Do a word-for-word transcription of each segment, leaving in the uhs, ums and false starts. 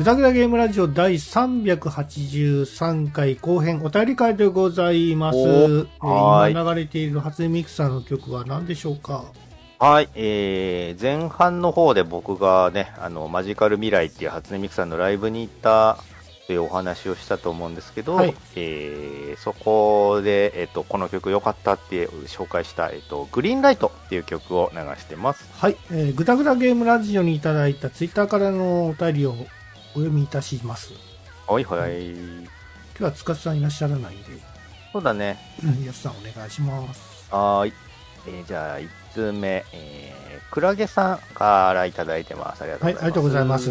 だぐだゲームラジオだいさんびゃくはちじゅうさんかい後編お便り会でございます。えー、今流れている初音ミクさんの曲は何でしょうか？ はい、えー、前半の方で僕がね、あの、マジカル未来っていう初音ミクさんのライブに行ったというお話をしたと思うんですけど、はい、えー、そこで、えっと、この曲良かったって紹介した、えっと、グリーンライトっていう曲を流してます。 はい、えー、ぐだぐだゲームラジオにいただいたツイッターからのお便りをお読みいたします。 はいはい。 今日は塚さんいらっしゃらないんで。 そうだね。 うん、やすさんお願いします。 はい。えー、じゃあ、いちつめ、えー、クラゲさんからいただいてます。ありがとうございます。はい、 ありがとうございます。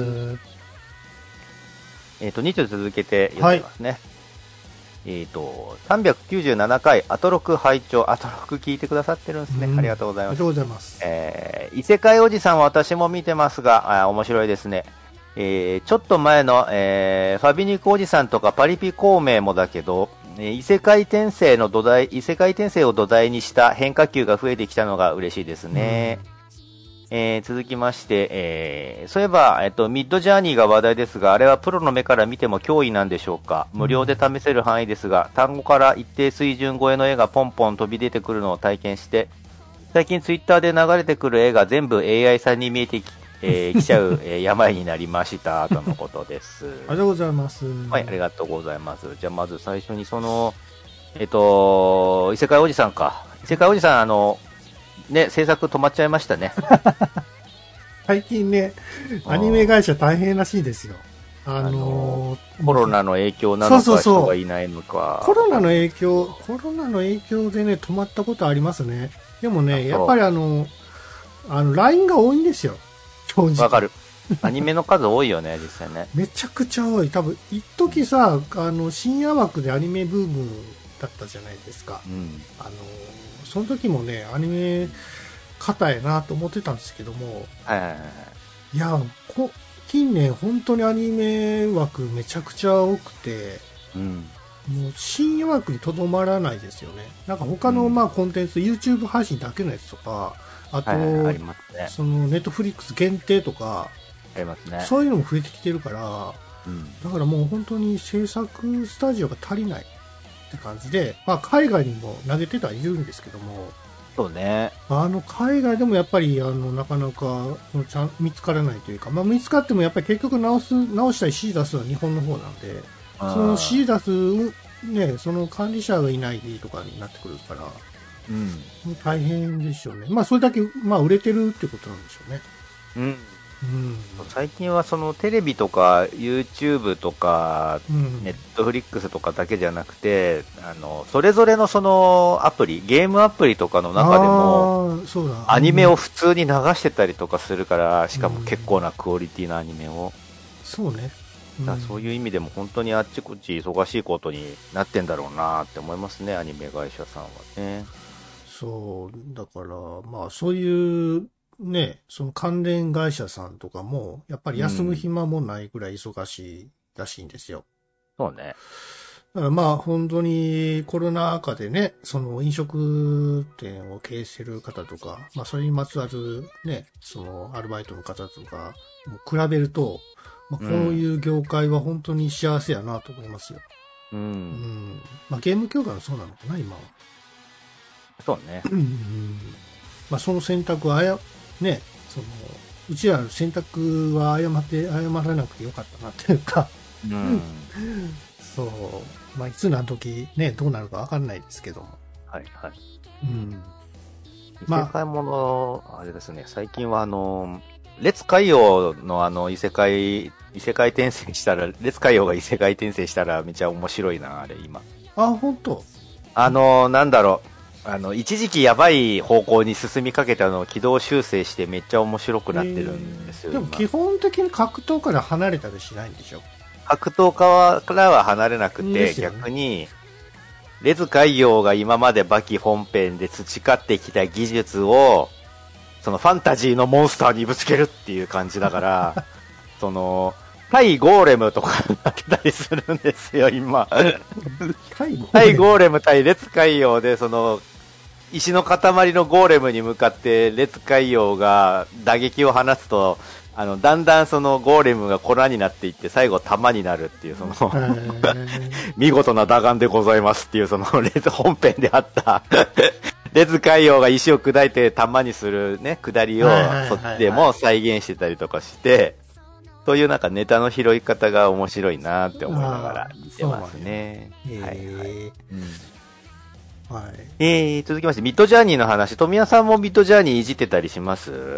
えっ、ー、と、につ続けて読んでますね。はい、えっ、ー、と、さんびゃくきゅうじゅうななかい、アトロク拝聴、アトロク聞いてくださってるんですね。ありがとうございます。 ありがとうございます。 えー、異世界おじさんは私も見てますが、あ、面白いですね。えー、ちょっと前の、えー、ファビニクおじさんとかパリピ孔明もだけど、えー、異世界転生の土台、異世界転生を土台にした変化球が増えてきたのが嬉しいですね。えー、続きまして、えー、そういえば、えっと、ミッドジャーニーが話題ですが、あれはプロの目から見ても脅威なんでしょうか？無料で試せる範囲ですが、単語から一定水準超えの絵がポンポン飛び出てくるのを体験して、最近ツイッターで流れてくる絵が全部 エーアイ さんに見えてきえー、来ちゃう、えー、病になりましたとのことです。 ありがとうございます。 はい、ありがとうございます。じゃあまず最初にその、えっ、ー、と、異世界おじさんか。異世界おじさん、あの、ね、制作止まっちゃいましたね。 最近ね、アニメ会社大変らしいですよ。あのー、あのコロナの影響なのか、そうそうそう、人がいないのか。 コロナの影響、コロナの影響でね、止まったことありますね。でもね、やっぱりあの、あの、ライン が多いんですよ。 わかる。アニメの数多いよね、実際ね。 めちゃくちゃ多い。多分、一時さ、あの、深夜枠でアニメブームだったじゃないですか。うん、あの、その時もね、アニメ、硬いなと思ってたんですけども、 はいはいはい。 いや、こ近年本当にアニメ枠めちゃくちゃ多くて、うん、もう深夜枠にとどまらないですよね。なんか他のまあコンテンツ、うん、YouTube 配信だけのやつとか、あと、はいはい、ね、そのネットフリックス限定とか、 ありますね、 そういうのも増えてきてるから、うん、だからもう本当に制作スタジオが足りないって感じで、まあ海外にも投げてはいるんですけども、 そうね、あの海外でもやっぱりあのなかなかちゃん見つからないというか、まあ、見つかってもやっぱり結局直す直したり指示出すのは日本の方なんで、その指示出す、ね、その管理者がいないとかになってくるから、うん、大変でしょうね。まあそれだけ、まあ、売れてるってことなんでしょうね。 うん、うん、最近はそのテレビとか YouTube とか、うん、Netflix とかだけじゃなくて、あのそれぞれのそのアプリ、ゲームアプリとかの中でもそうだアニメを普通に流してたりとかするから、しかも結構なクオリティなアニメを、 そうね、 うん、だそういう意味でも本当にあっちこっち忙しいことになってんだろうなって思いますね、アニメ会社さんはね。 そうだからまあそういうね、その関連会社さんとかもやっぱり休む暇もないぐらい忙しいらしいんですよ。 うん、そうね。 だからまあ本当にコロナ禍でね、その飲食店を経営してる方とか、まあそれにまつわるね、そのアルバイトの方とかも比べると、まあ、こういう業界は本当に幸せやなと思いますよ。うん。うん、まあゲーム業界もそうなのかな、今は。 そうね。 うんうん。まあその選択はあや、ね、その、うちらの選択は誤って、誤らなくてよかったなっていうか、うん。そう。まあいつ何時ね、どうなるかわかんないですけども。 はいはい。 うん。 異世界もの、まあ、あれですね、最近はあの、列海王のあの異世界、異世界転生したら、列海王が異世界転生したらめちゃ面白いな、あれ今。 あ、本当。 あの、なんだろう。あの、一時期やばい方向に進みかけたのを軌道修正してめっちゃ面白くなってるんですよ。 でも基本的に格闘から離れたりしないんでしょ？ 格闘家からは離れなくて、ね、逆に、レズ海洋が今までバキ本編で培ってきた技術を、そのファンタジーのモンスターにぶつけるっていう感じだから、その、対ゴーレムとかになってたりするんですよ、今。対ゴーレム対列海洋で、その、石の塊のゴーレムに向かって列海洋が打撃を放つと、 あの、だんだんそのゴーレムが粉になっていって、最後玉になるっていう、その、見事な打眼でございますっていう、その、レズ本編であった、レズ海王が石を砕いて玉にするね、下りを、そっちでも再現してたりとかして、そういうなんかネタの拾い方が面白いなって思いながら見てますね。はいはい。うんはい、 えー、続きまして、ミッドジャーニーの話、富谷さんもミッドジャーニーいじってたりします？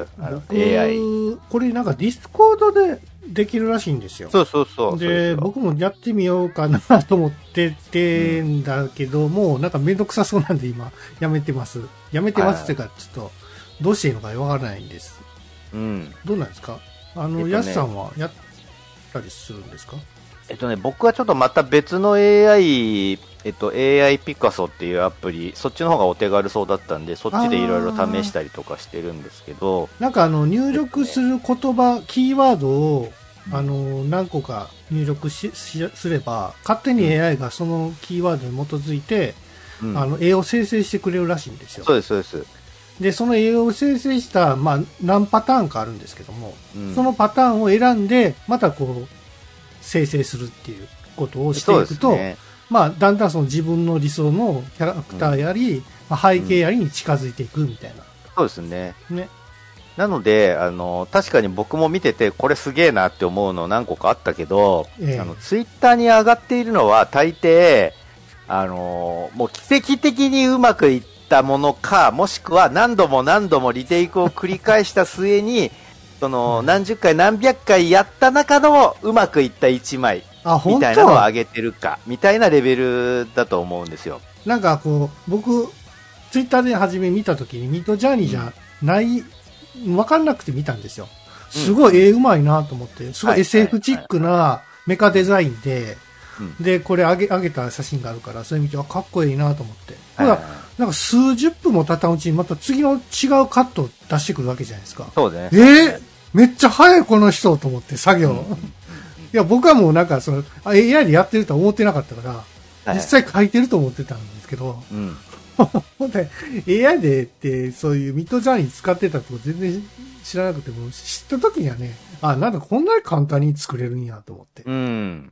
あの エーアイ。 これなんかディスコードでできるらしいんですよ。 そうそうそう。 で、僕もやってみようかなと思っててんだけど、うん、もうなんかめんどくさそうなんで今、やめてます。やめてますっていうか、ちょっと、どうしていいのかわからないんです。 うん。 どうなんですか？あの、ヤス、えっとね、さんはやったりするんですか？ えっとね、僕はちょっとまた別の エーアイ、えっと、エーアイ ピカソっていうアプリ、そっちの方がお手軽そうだったんで、そっちでいろいろ試したりとかしてるんですけど。 なんかあの、入力する言葉、キーワードを、あの、何個か入力し、しすれば、勝手に エーアイ がそのキーワードに基づいて、うん、あの、絵を生成してくれるらしいんですよ。 そうです、そうです。 で、その絵を生成した、まあ、何パターンかあるんですけども、うん、そのパターンを選んで、またこう、生成するっていうことをしていくと、ね、まあ、だんだんその自分の理想のキャラクターやり、うんまあ、背景やりに近づいていくみたいな。 そうですね。 ね。 なので、あの、確かに僕も見てて、これすげえなって思うの何個かあったけど、ええ、あの、ツイッターに上がっているのは、大抵、あの、もう奇跡的にうまくいったものか、もしくは何度も何度もリテイクを繰り返した末に、その、何十回何百回やった中のうまくいった一枚みたいなのを上げてるかみたいなレベルだと思うんですよ。 なんかこう僕ツイッターで初め見た時にミッドジャーニーじゃない、うん、分かんなくて見たんですよ。すごい絵うまいなと思ってすごい エスエフ チックなメカデザインで、でこれ上げ上げた写真があるからそれ見てかっこいいなと思って、はいはいはい、なんか数十分も経ったうちにまた次の違うカットを出してくるわけじゃないですか。 そうね。 えーめっちゃ早いこの人と思って作業、うん、いや僕はもうなんかその エーアイ でやってるとは思ってなかったから、はい、実際書いてると思ってたんですけど、うん、ほんで エーアイ でってそういうミッドジャーニー使ってたとこ全然知らなくても知った時にはね、あなんかこんなに簡単に作れるんやと思って、 うん、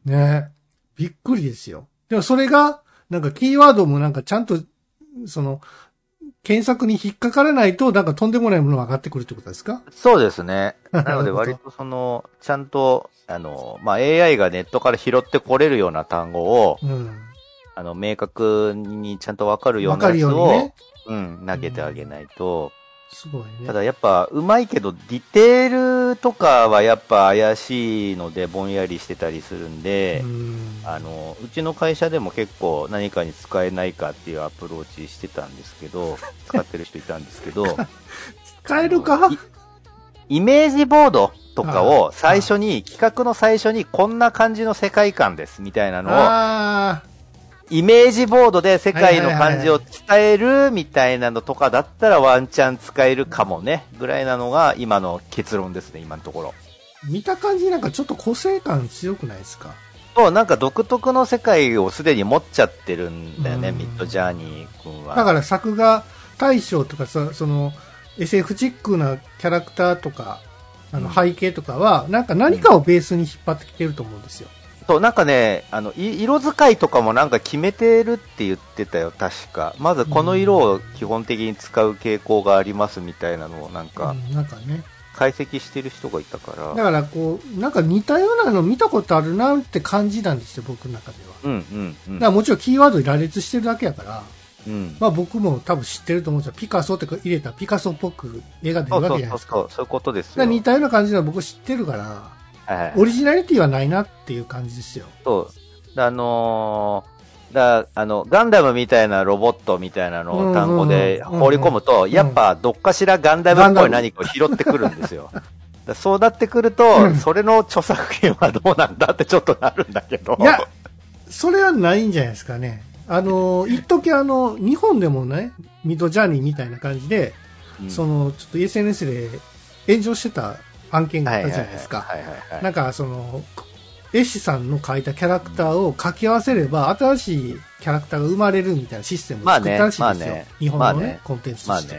ねびっくりですよ。でもそれがなんかキーワードもなんかちゃんとその検索に引っかからないと、なんかとんでもないものが上がってくるってことですか？ そうですね。なので割とその、ちゃんと、あの、まあ、エーアイ がネットから拾ってこれるような単語を、うん、あの、明確にちゃんとわかるようなやつを、ね、うん、投げてあげないと、 うん、すごいね。 ただやっぱ、うまいけど、ディテールとかはやっぱ怪しいので、ぼんやりしてたりするんで、うん、あの、うちの会社でも結構何かに使えないかっていうアプローチしてたんですけど、使ってる人いたんですけど、 使えるかイメージボードとかを最初に、企画の最初にこんな感じの世界観ですみたいなのを、イメージボードで世界の感じを伝えるみたいなのとかだったらワンチャン使えるかもね、ぐらいなのが今の結論ですね、今のところ。 見た感じなんかちょっと個性感強くないですか？ そう、なんか独特の世界をすでに持っちゃってるんだよね、ミッドジャーニー君は。 だから作画大賞とかさ、その エスエフ チックなキャラクターとか、あの背景とかは、なんか何かをベースに引っ張ってきてると思うんですよ。 そう、なんかね、あの、色使いとかもなんか決めてるって言ってたよ、確か。まずこの色を基本的に使う傾向がありますみたいなのをなんか、 うん、なんかね。 解析してる人がいたから。 だからこう、なんか似たようなの見たことあるなって感じなんですよ、僕の中では。 うんうんうん。 だからもちろんキーワードに羅列してるだけやから、 うん、 まあ僕も多分知ってると思うんですよ。ピカソって入れたらピカソっぽく絵が出るわけじゃないですか。 そうそうそう、そういうことですよ。 似たような感じのは僕知ってるから、はいはい、オリジナリティはないなっていう感じですよ。 そう。あのー、だあの、ガンダムみたいなロボットみたいなのを単語で放り込むと、うんうんうん、やっぱどっかしらガンダムっぽい何かを拾ってくるんですよ。だそうなってくると、うん、それの著作権はどうなんだってちょっとなるんだけど。 いや、それはないんじゃないですかね。あの、一時あの、日本でもね、ミッドジャーニーみたいな感じで、うん、その、ちょっと エスエヌエス で炎上してた案件があったじゃないですか。なんか、その、絵師さんの描いたキャラクターを掛け合わせれば、新しいキャラクターが生まれるみたいなシステムを作ったらしいんですよ。まあねまあね、日本のね、まあね、コンテンツとして。まあね、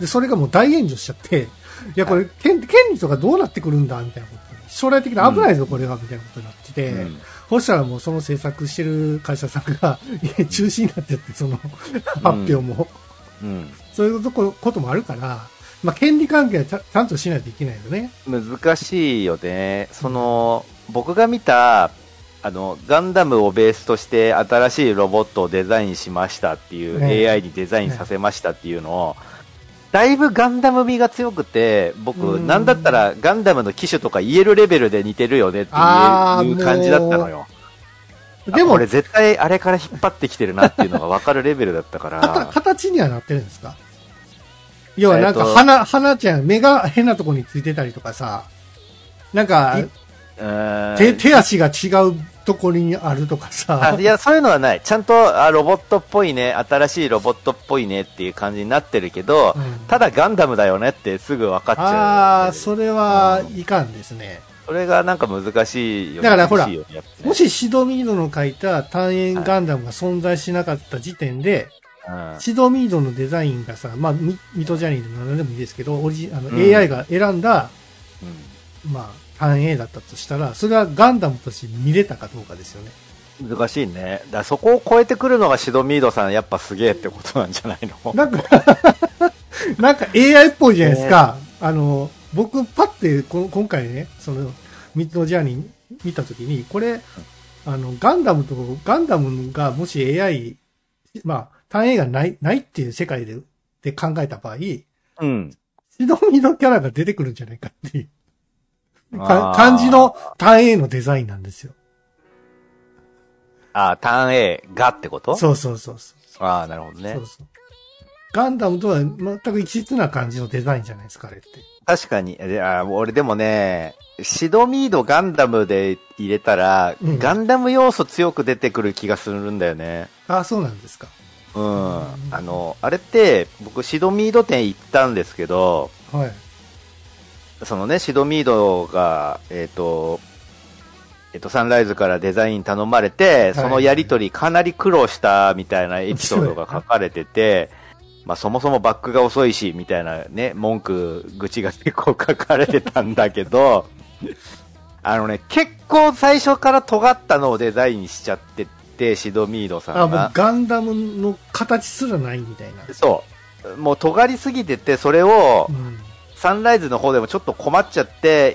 で、それがもう大炎上しちゃって、いや、これ、権利とかどうなってくるんだみたいなこと。将来的に危ないぞ、うん、これは、みたいなことになってて、うん、そしたらもうその制作してる会社さんが、中止になってって、その発表も、うんうん、そういうこともあるから、まあ、権利関係はちゃ、ちゃんとしないといけないよね。 難しいよね。その、うん、僕が見た、あの、ガンダムをベースとして新しいロボットをデザインしましたっていう、ね、エーアイ にデザインさせましたっていうのを、ね、だいぶガンダム味が強くて、僕、なんだったらガンダムの機種とか言えるレベルで似てるよねっていう感じだったのよ。でも、これ絶対あれから引っ張ってきてるなっていうのが分かるレベルだったから。 形にはなってるんですか？要はなんか鼻、えっと、鼻ちゃん、目が変なとこについてたりとかさ、なんか、手、手足が違うところにあるとかさ。 いや、そういうのはない。ちゃんとあロボットっぽいね、新しいロボットっぽいねっていう感じになってるけど、うん、ただガンダムだよねってすぐ分かっちゃう。 ああ、それはいかんですね。 それがなんか難しいよね。 だからほら、ね、もしシドミードの書いた単円ガンダムが存在しなかった時点で、はい、シドミードのデザインがさ、まあ、ミトジャニーでも何でもいいですけど、オリジあの、うん、エーアイ が選んだ、うん、まあ、単 A だったとしたら、それはガンダムとして見れたかどうかですよね。 難しいね。だからそこを超えてくるのがシドミードさん、やっぱすげえってことなんじゃないの？ なんか、なんか エーアイ っぽいじゃないですか。えー、あの、僕、パッてこ、今回ね、その、ミッドジャーニー見たときに、これ、あの、ガンダムと、ガンダムがもし エーアイ、まあ、単 A がない、ないっていう世界で、で考えた場合、うん。シドミードキャラが出てくるんじゃないかっていう。漢字の単 A のデザインなんですよ。 ああ、単 A がってこと？ そうそうそうそう。 ああ、なるほどね。そうそう。 ガンダムとは全く異質な感じのデザインじゃないですか、あれって。 確かに。あ俺でもね、シドミードガンダムで入れたら、うん、ガンダム要素強く出てくる気がするんだよね。 ああ、そうなんですか。 うん。うん、あの、あれって、僕シドミード店行ったんですけど、はい。そのね、シドミードが、えっ、ー、と、えっ、ー、と、サンライズからデザイン頼まれて、そのやりとりかなり苦労したみたいなエピソードが書かれてて、まあそもそもバックが遅いし、みたいなね、文句、愚痴が結構書かれてたんだけど、あのね、結構最初から尖ったのをデザインしちゃってて、シドミードさんが。 あ、もうガンダムの形すらないみたいな。 そう。もう尖りすぎてて、それを、うんサンライズの方でもちょっと困っちゃって、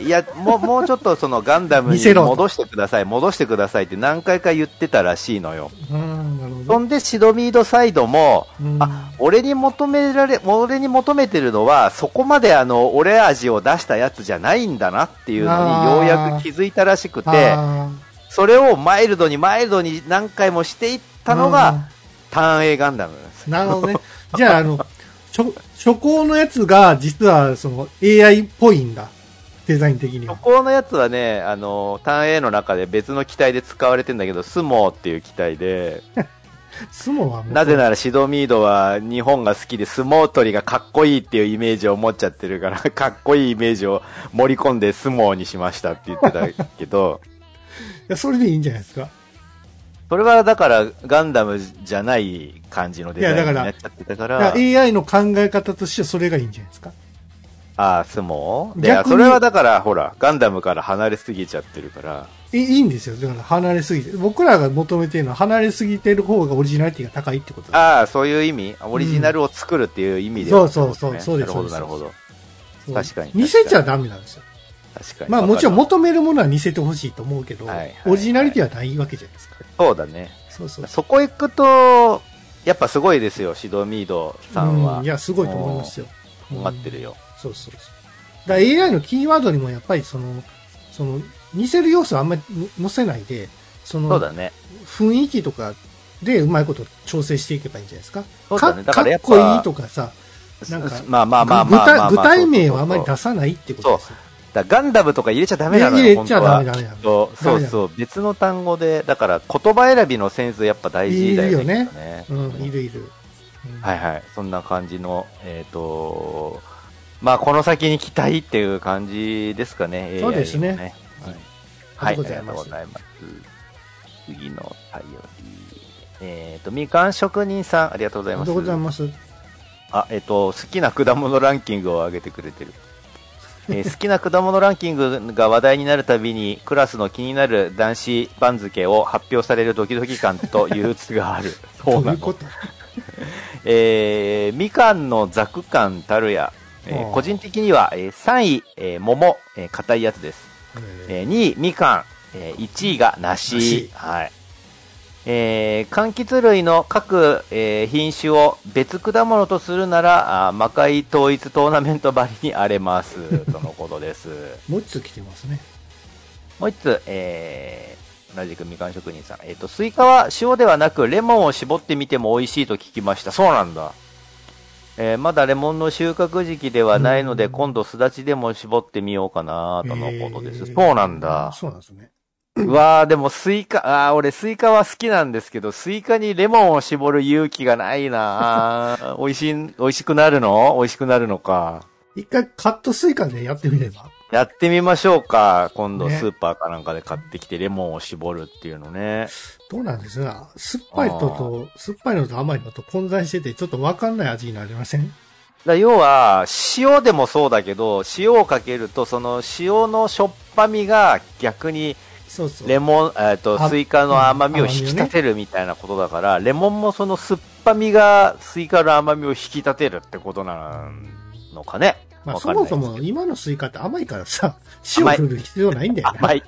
いや、もう、もうちょっとそのガンダムに戻してください、戻してくださいって何回か言ってたらしいのよ。うんなるほどそんでシドミードサイドも、あ、俺に求められ、俺に求めてるのは、そこまであの、俺味を出したやつじゃないんだなっていうのにようやく気づいたらしくて、それをマイルドにマイルドに何回もしていったのが、単 A ガンダムなんです。 なるほどね。じゃあ、あの、初、初行のやつが実はその エーアイ っぽいんだ。デザイン的には。 初行のやつはね、あの、単 A の中で別の機体で使われてんだけど、スモーっていう機体で、 スモーはもうなぜならシドミードは日本が好きで相撲取りがかっこいいっていうイメージを持っちゃってるから、かっこいいイメージを盛り込んで相撲にしましたって言ってたけど、 いや、それでいいんじゃないですか。 それはだからガンダムじゃない感じのデザインになっちゃってたから。 いやだから、エーアイ の考え方としてはそれがいいんじゃないですか。 ああ、相撲で、それはだから、ほら、ガンダムから離れすぎちゃってるから。 いいんですよ。だから離れすぎて。僕らが求めてるのは離れすぎてる方がオリジナリティが高いってことです。 ああ、そういう意味オリジナルを作るっていう意味で、 ねうん。そうそうそう、そうです。 なるほど、なるほど。確かに。 似せちゃダメなんですよ。 確かに。 まあもちろん求めるものは似せてほしいと思うけど、はいはいはい、オリジナリティはないわけじゃないですか。 そうだね。 そうそう。 そこ行くと、やっぱすごいですよ、シドミードさんは。 うん、いや、すごいと思いますよ。 待ってるよ。 そうそうそう。だから エーアイ のキーワードにもやっぱりその、その、似せる要素はあんまり載せないで、その、 そうだね。 雰囲気とかでうまいこと調整していけばいいんじゃないですか。 そうだね。だからやっぱかっこいいとかさ、なんか、 まあまあまあまあまあ具体名はあんまり出さないってことですよ。 だガンダムとか入れちゃダメなのよ。 入れちゃダメダメダメ。 そうそう、別の単語で、だから言葉選びのセンスやっぱ大事だよね。 いるよね。うん、いるいる。 はいはい。そんな感じの、えっと、まあこの先に期待っていう感じですかね。 そうですね。 はい、ありがとうございます。次のお便り。えっと、みかん職人さん、ありがとうございます。 ありがとうございます。 あ、えっと、好きな果物ランキングを上げてくれてる。えー好きな果物ランキングが話題になるたびにクラスの気になる男子番付を発表されるドキドキ感と憂鬱がある。そうなの。 どういうこと？ えーみかんのザク感たるや、えーあー個人的には、えーさんい、えー桃、えー硬いやつです。えーにいみかん、えーいちいが梨。 梨はい。えー柑橘類の各、えー品種を別果物とするなら、あ魔界統一トーナメントばりに荒れます。とのことです。 もう一つ来てますね。 もう一つ、えー同じくみかん職人さん。えっ、と、スイカは塩ではなくレモンを絞ってみても美味しいと聞きました。そうなんだ。えーまだレモンの収穫時期ではないので、 うん今度すだちでも絞ってみようかなとのことです。 えーそうなんだ。 そうなんですね。 うわー、でもスイカ、あー、俺スイカは好きなんですけど、スイカにレモンを絞る勇気がないなあー美味しい、美味しくなるの美味しくなるのか。 一回カットスイカでやってみれば。 やってみましょうか。今度ねスーパーかなんかで買ってきてレモンを絞るっていうのね。 どうなんですが、酸っぱいのと、酸っぱいのと甘いのと混在してて、ちょっとわかんない味になりません？ だ要は、塩でもそうだけど、塩をかけると、その塩のしょっぱみが逆にそうそう。 レモン、えっと、 あスイカの甘みを引き立てるみたいなことだから、レモンもその酸っぱみがスイカの甘みを引き立てるってことなのかね。 まあ、 わかんないそもそも今のスイカって甘いからさ、塩振る必要ないんだよね。 甘い。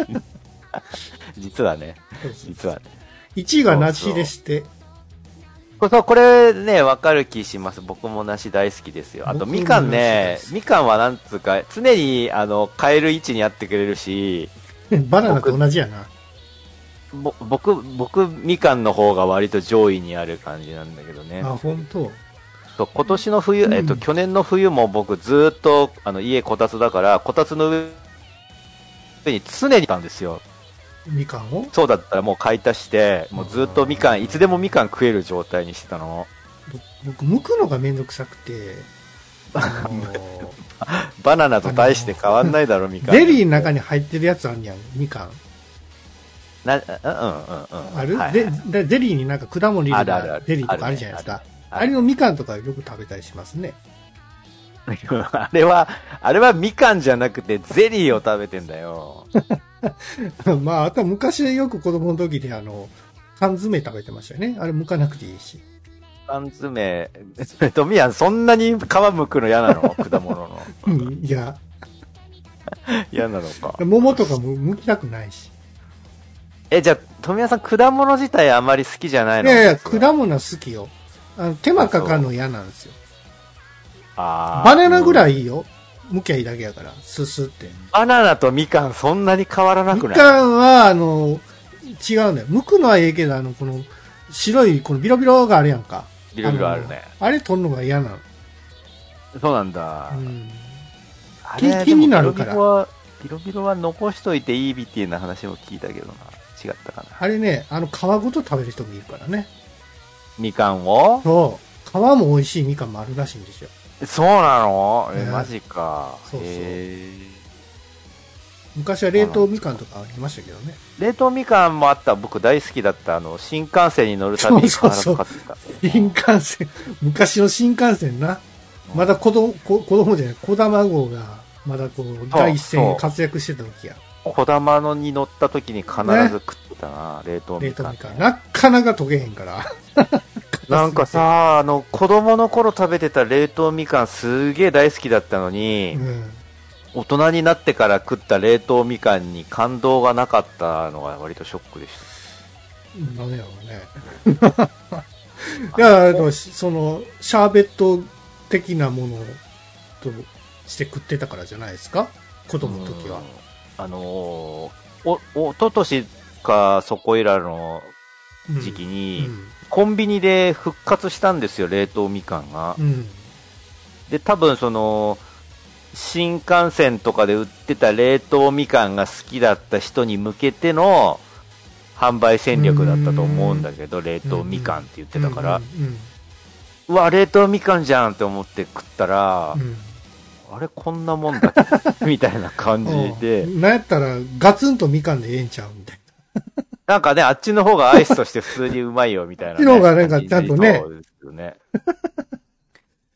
実はね。 そうそう実はね。 いちいが梨でして。 そう、これね、わかる気します。僕も梨大好きですよ。あと、 僕もみかんね梨です、 みかんはなんつうか、常に、あの、買える位置にあってくれるし、 バナナと同じやな。 ぼ僕、僕、みかんの方が割と上位にある感じなんだけどね。 あ、本当。 と今年の冬、 うんえっと、去年の冬も僕ずーっと、あの、家こたつだから、こたつの上に常にいたんですよ。 みかんをそうだったらもう買い足して、もうずっとみかん、いつでもみかん食える状態にしてたの。 僕、剥くのがめんどくさくて、あのバナナと大して変わんないだろ、みかん。 ゼリーの中に入ってるやつあんやん、みかん。 な、うんうんうんうん。 ある、 はいででゼリーになんか果物入れあるあるあるたゼリーとかあるじゃないですか。 あるねあるあれのみかんとかよく食べたりしますね。 あれは、あれはみかんじゃなくてゼリーを食べてんだよ。 まあ、あとは昔よく子供の時であの、缶詰食べてましたよね。あれ剥かなくていいし。 缶詰、トミヤンそんなに皮むくの嫌なの果物の。 うんいや、 嫌なのか。 桃とかも剥きたくないし。 え、じゃあ、富谷さん、果物自体あまり好きじゃないの？ いやいや、果物は好きよ。あの手間かかるの嫌なんですよ。 あーバナナぐらいいいよ。剥きゃいいだけやから、ススって。 バナナとみかんそんなに変わらなみくない？ かんは、あの、違うのよ。剥くのはええけど、あの、この、白い、このビロビロがあるやんか。 ビロビロあるね。 あのあれ取るのが嫌なの。 そうなんだ。 うん。 あれ気気になるからでもビロビロは、ビロビロは残しといていいみたいな話も聞いたけどな。違ったかな。 あれね、あの、皮ごと食べる人もいるからね。 みかんをそう。皮も美味しいみかんもあるらしいんですよ。 そうなの？え、 ねマジか。 そうそうへ昔は冷凍みかんとかありましたけどね。 ー冷凍みかんもあった。僕大好きだった。あの、新幹線に乗るたびに必ず買ってた。 新幹線、昔の新幹線な。まだ子供、子子供じゃない、子卵が、まだこう、第一線で活躍してた時や。 小玉のに乗った時に必ず食ってたな、冷凍冷みかん。 凍みかん。なかなか溶けへんから。 なんかさ、あの、子供の頃食べてた冷凍みかんすげえ大好きだったのに、 うん。 大人になってから食った冷凍みかんに感動がなかったのが割とショックでしなんやろうね。いや、あの、その、シャーベット的なものとして食ってたからじゃないですか子た。 供の時は。 あのー、お、おととしかそこいらの時期に、 うんコンビニで復活したんですよ、冷凍みかんが。 うん。うん。 で、多分その、新幹線とかで売ってた冷凍みかんが好きだった人に向けての販売戦略だったと思うんだけど、冷凍みかんって言ってたから、 うんうんうわ、冷凍みかんじゃんって思って食ったら、 うんあれこんなもんだっけみたいな感じで、 うんなんやったら、ガツンとみかんでええんちゃうみたいなんかね、あっちの方がアイスとして普通にうまいよみたいな、ね。 あっちの方がなんかちゃんとねそうですよね。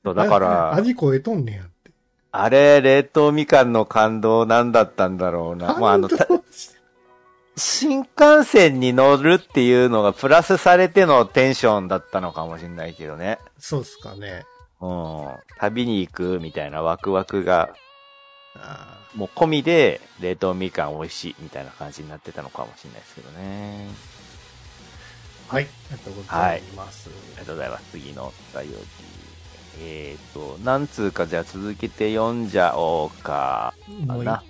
そうだから、 味超えとんねやって。 あれ、冷凍みかんの感動なんだったんだろうな。まあ、あの、新幹線に乗るっていうのがプラスされてのテンションだったのかもしれないけどね。 そうっすかね。 うん。旅に行くみたいなワクワクが、 あもう込みで冷凍みかん美味しいみたいな感じになってたのかもしれないですけどね。 はい。ありがとうございます。 はい、ありがとうございます。次のお便り。えっ、ー、と、何通かじゃあ続けて読んじゃおうかな。 はい。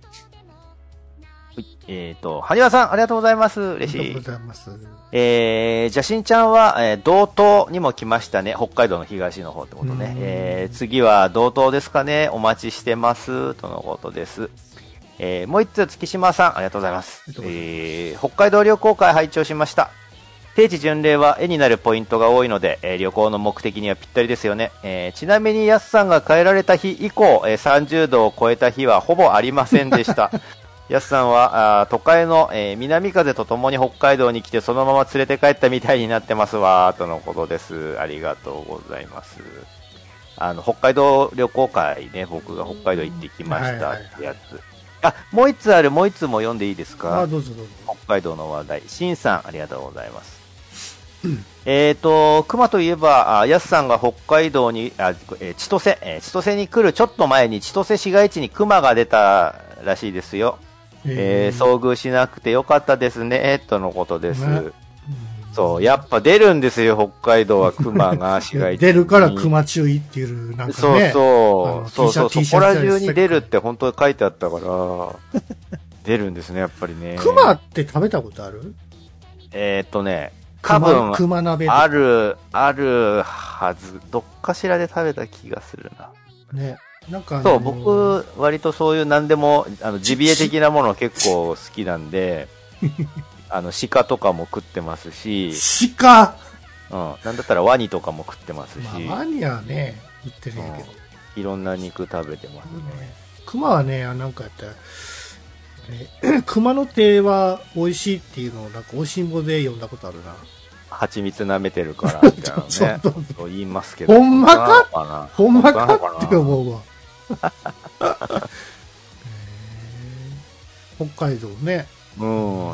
えっ、ー、と、はにわさん、ありがとうございます。嬉しい。 ありがとうございます。 えー、じゃしんちゃんは、えー、道東にも来ましたね。北海道の東の方ってことね。えー、次は道東ですかね。お待ちしてます。とのことです。えー、もう一つ、月島さん、ありがとうございます。えー、北海道旅行会拝聴しました。聖地巡礼は絵になるポイントが多いので、えー、旅行の目的にはぴったりですよね。えー、ちなみに、やすさんが帰られた日以降、えー、さんじゅうどを超えた日はほぼありませんでした。やすさんはあ都会の、えー、南風とともに北海道に来てそのまま連れて帰ったみたいになってますわとのことです。ありがとうございます。あの北海道旅行会ね、僕が北海道行ってきましたってやつ、はいはいはい、あ、もう一つある。もう一つも読んでいいですか？ あ、どうぞどうぞ。 北海道の話題、しんさんありがとうございます。えっと熊といえばやすさんが北海道にあ、えー、千歳、えー、千歳に来るちょっと前に千歳市街地に熊が出たらしいですよ。えー、遭遇しなくてよかったですねとのことです、ね、そうやっぱ出るんですよ北海道は熊が市街地に出るから熊注意っていうなんかね、 そうそうそうそう、そこら中に出るって本当に書いてあったから出るんですねやっぱりね。 熊って食べたことある？ えー、っとね多分熊鍋あるあるはず、どっかしらで食べた気がするなね。なんか、 そう、僕、割とそういう何でも、あの、ジビエ的なもの結構好きなんで、あの、鹿とかも食ってますし、 鹿うん。なんだったらワニとかも食ってますし。 まあ、ワニはね、言ってるんやけど、 うん。いろんな肉食べてますね。 熊はね、なんかやったら、ね、熊の手は美味しいっていうのを、なんか、おしんぼで読んだことあるな。 蜂蜜舐めてるから、みたいなね。そうそうそう言いますけど。 ほんまかほんまかって思うわ。北海道ね。 うん、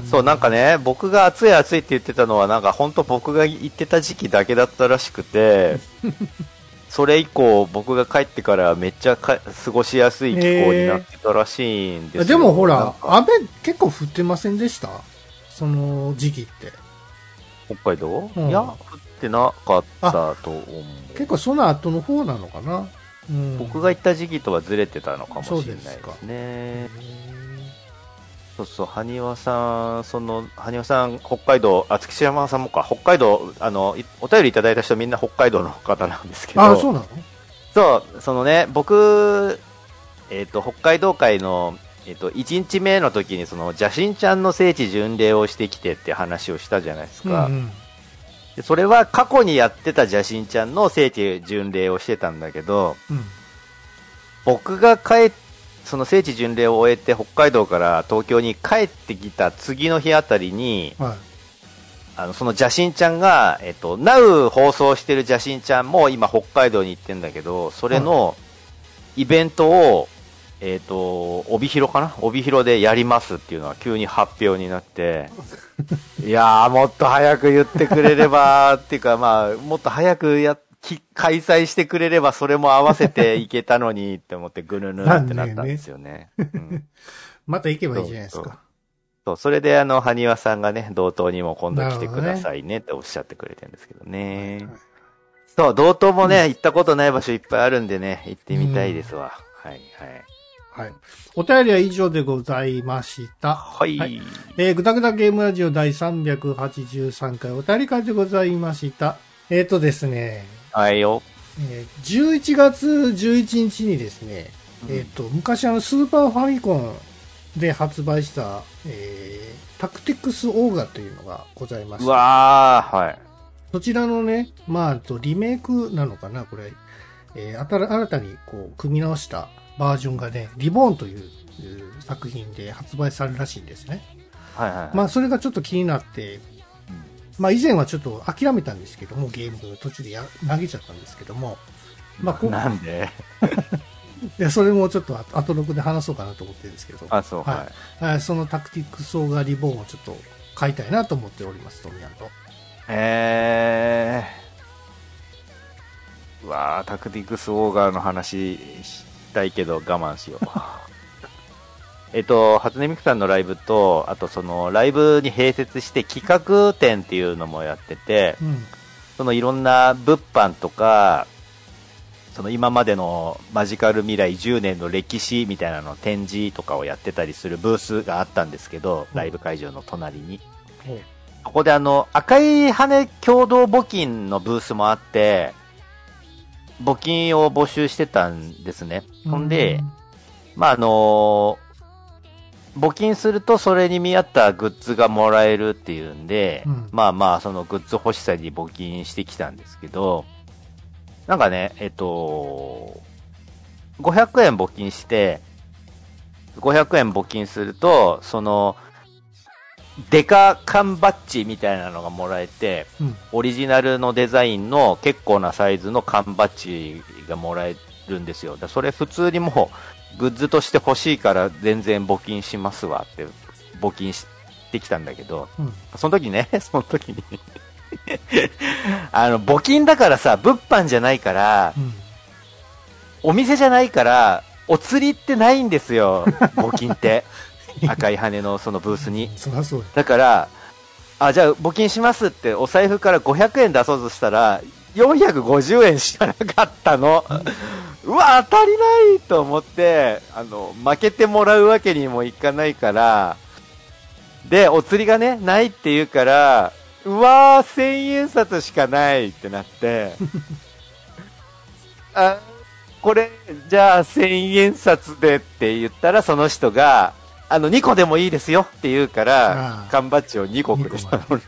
そう、なんかね、僕が暑い暑いって言ってたのは、なんか本当僕が行ってた時期だけだったらしくて、それ以降僕が帰ってからめっちゃか過ごしやすい気候になってたらしいんですよ。 でもほら、雨結構降ってませんでした？その時期って。 北海道、うん、いや、降ってなかったと思う。 結構その後の方なのかな。 うん、僕が行った時期とはずれてたのかもしれないですね。そうそう、埴輪さん、その、埴輪さん、北海道、あ、月山さんもか、北海道、あの、お便りいただいた人みんな北海道の方なんですけど。 あ、そうなの？ そう、そのね、僕、えっ、ー、と、北海道会の、えっ、ー、と、いちにちめの時に、その、邪神ちゃんの聖地巡礼をしてきてって話をしたじゃないですか。うんうん、でそれは過去にやってた邪神ちゃんの聖地巡礼をしてたんだけど、うん、僕が帰って、その聖地巡礼を終えて北海道から東京に帰ってきた次の日あたりに、はい、あのその邪神ちゃんが、えっと、ナウ放送してる邪神ちゃんも今北海道に行ってんだけど、それのイベントを、えっと、帯広かな帯広でやりますっていうのは急に発表になって、いやーもっと早く言ってくれればっていうか、まあ、もっと早くやって開催してくれればそれも合わせていけたのにって思ってぐぬぬってなったんですよね。ねうん、 また行けばいいじゃないですか。 そうそう、そうそれであの、埴輪さんがね、道東にも今度来てくださいねっておっしゃってくれてるんですけどね。どねそう、道東もね、行ったことない場所いっぱいあるんでね、行ってみたいですわ。はい、 はい。はい。お便りは以上でございました。 はい。はい、 えー、ぐだぐだゲームラジオ第さんびゃくはちじゅうさんかいお便り会でございました。えっ、ー、とですね、 はいよ。 えー、じゅういちがつじゅういちにちにですね、うん、えっ、ー、と、昔あの、スーパーファミコンで発売した、えー、タクティクスオーガというのがございました。 うわー、はい。 そちらのね、まあ、とリメイクなのかな、これ。えー、新たにこう、組み直したバージョンがね、リボーンという、いう作品で発売されるらしいんですね。 はいはい、はい。 まあ、それがちょっと気になって、 まあ以前はちょっと諦めたんですけども、ゲーム途中でや投げちゃったんですけども、まあこなんでいや、それもちょっと後録で話そうかなと思ってるんですけど、 あ、そう、 はい。はい、そのタクティクスオーガーリボーンをちょっと買いたいなと思っております、トミヤンと。 えー。うわー、タクティクスオーガーの話したいけど我慢しよう。えっと、初音ミクさんのライブと、あとそのライブに併設して企画展っていうのもやってて、うん、そのいろんな物販とか、その今までのマジカル未来じゅうねんの歴史みたいなの展示とかをやってたりするブースがあったんですけど、ライブ会場の隣に。うん、ここであの、赤い羽共同募金のブースもあって、募金を募集してたんですね。ほんで、まああの募金するとそれに見合ったグッズがもらえるっていうんで、うん、まあまあそのグッズ欲しさに募金してきたんですけど、なんかね、えっと、ごひゃくえん募金して、ごひゃくえん募金すると、その、デカ缶バッジみたいなのがもらえて、うん、オリジナルのデザインの結構なサイズの缶バッジがもらえるんですよ。だそれ普通にもう、グッズとして欲しいから全然募金しますわって募金してきたんだけど、うん、その時ね、その時にあの、募金だからさ、物販じゃないから、うん、お店じゃないから、お釣りってないんですよ、募金って。赤い羽のそのブースに。 そりゃそうだから、あ、じゃあ募金しますってお財布からごひゃくえん出そうとしたら、よんひゃくごじゅうえんしかなかったの。うわ、足りないと思って、あの、負けてもらうわけにもいかないから、で、お釣りがね、ないって言うから、うわー、千円札しかないってなって、あ、これ、じゃあ千円札でって言ったら、その人が、あの、にこでもいいですよって言うから、缶バッジをにこくれたのね。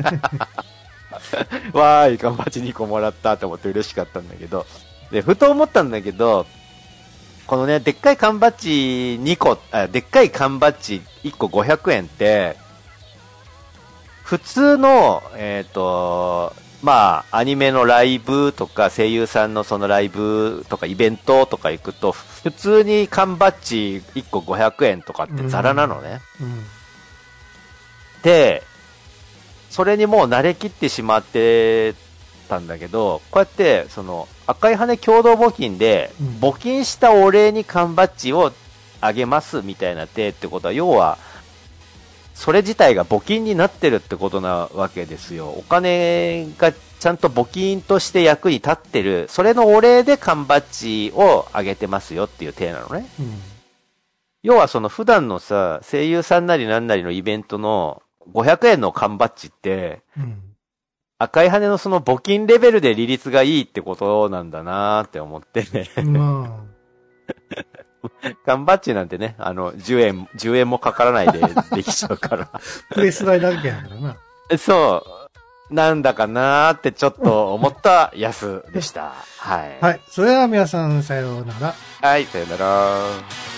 わーい、缶バッジにこもらったと思って嬉しかったんだけど、で、ふと思ったんだけど、このね、でっかい缶バッジにこ、あ、でっかい缶バッジいっこごひゃくえんって、普通の、えっと、まあ、アニメのライブとか、声優さんのそのライブとか、イベントとか行くと、普通に缶バッジいっこごひゃくえんとかってザラなのね。うんうん、で、それにもう慣れきってしまってたんだけど、こうやって、その、赤い羽共同募金で、募金したお礼に缶バッジをあげますみたいな手ってことは、要は、それ自体が募金になってるってことなわけですよ。お金がちゃんと募金として役に立ってる、それのお礼で缶バッジをあげてますよっていう体なのね。うん、要はその普段のさ、声優さんなりなんなりのイベントのごひゃくえんの缶バッジって、うん、赤い羽のその募金レベルで利率がいいってことなんだなーって思ってね。まあ缶バッジなんてね、あの、じゅうえん、じゅうえんもかからないでできちゃうから。 プレス代だけやからな。 そう。なんだかなーってちょっと思ったやすでした。はい。 はい。それでは皆さん、さようなら。 はい、さようなら。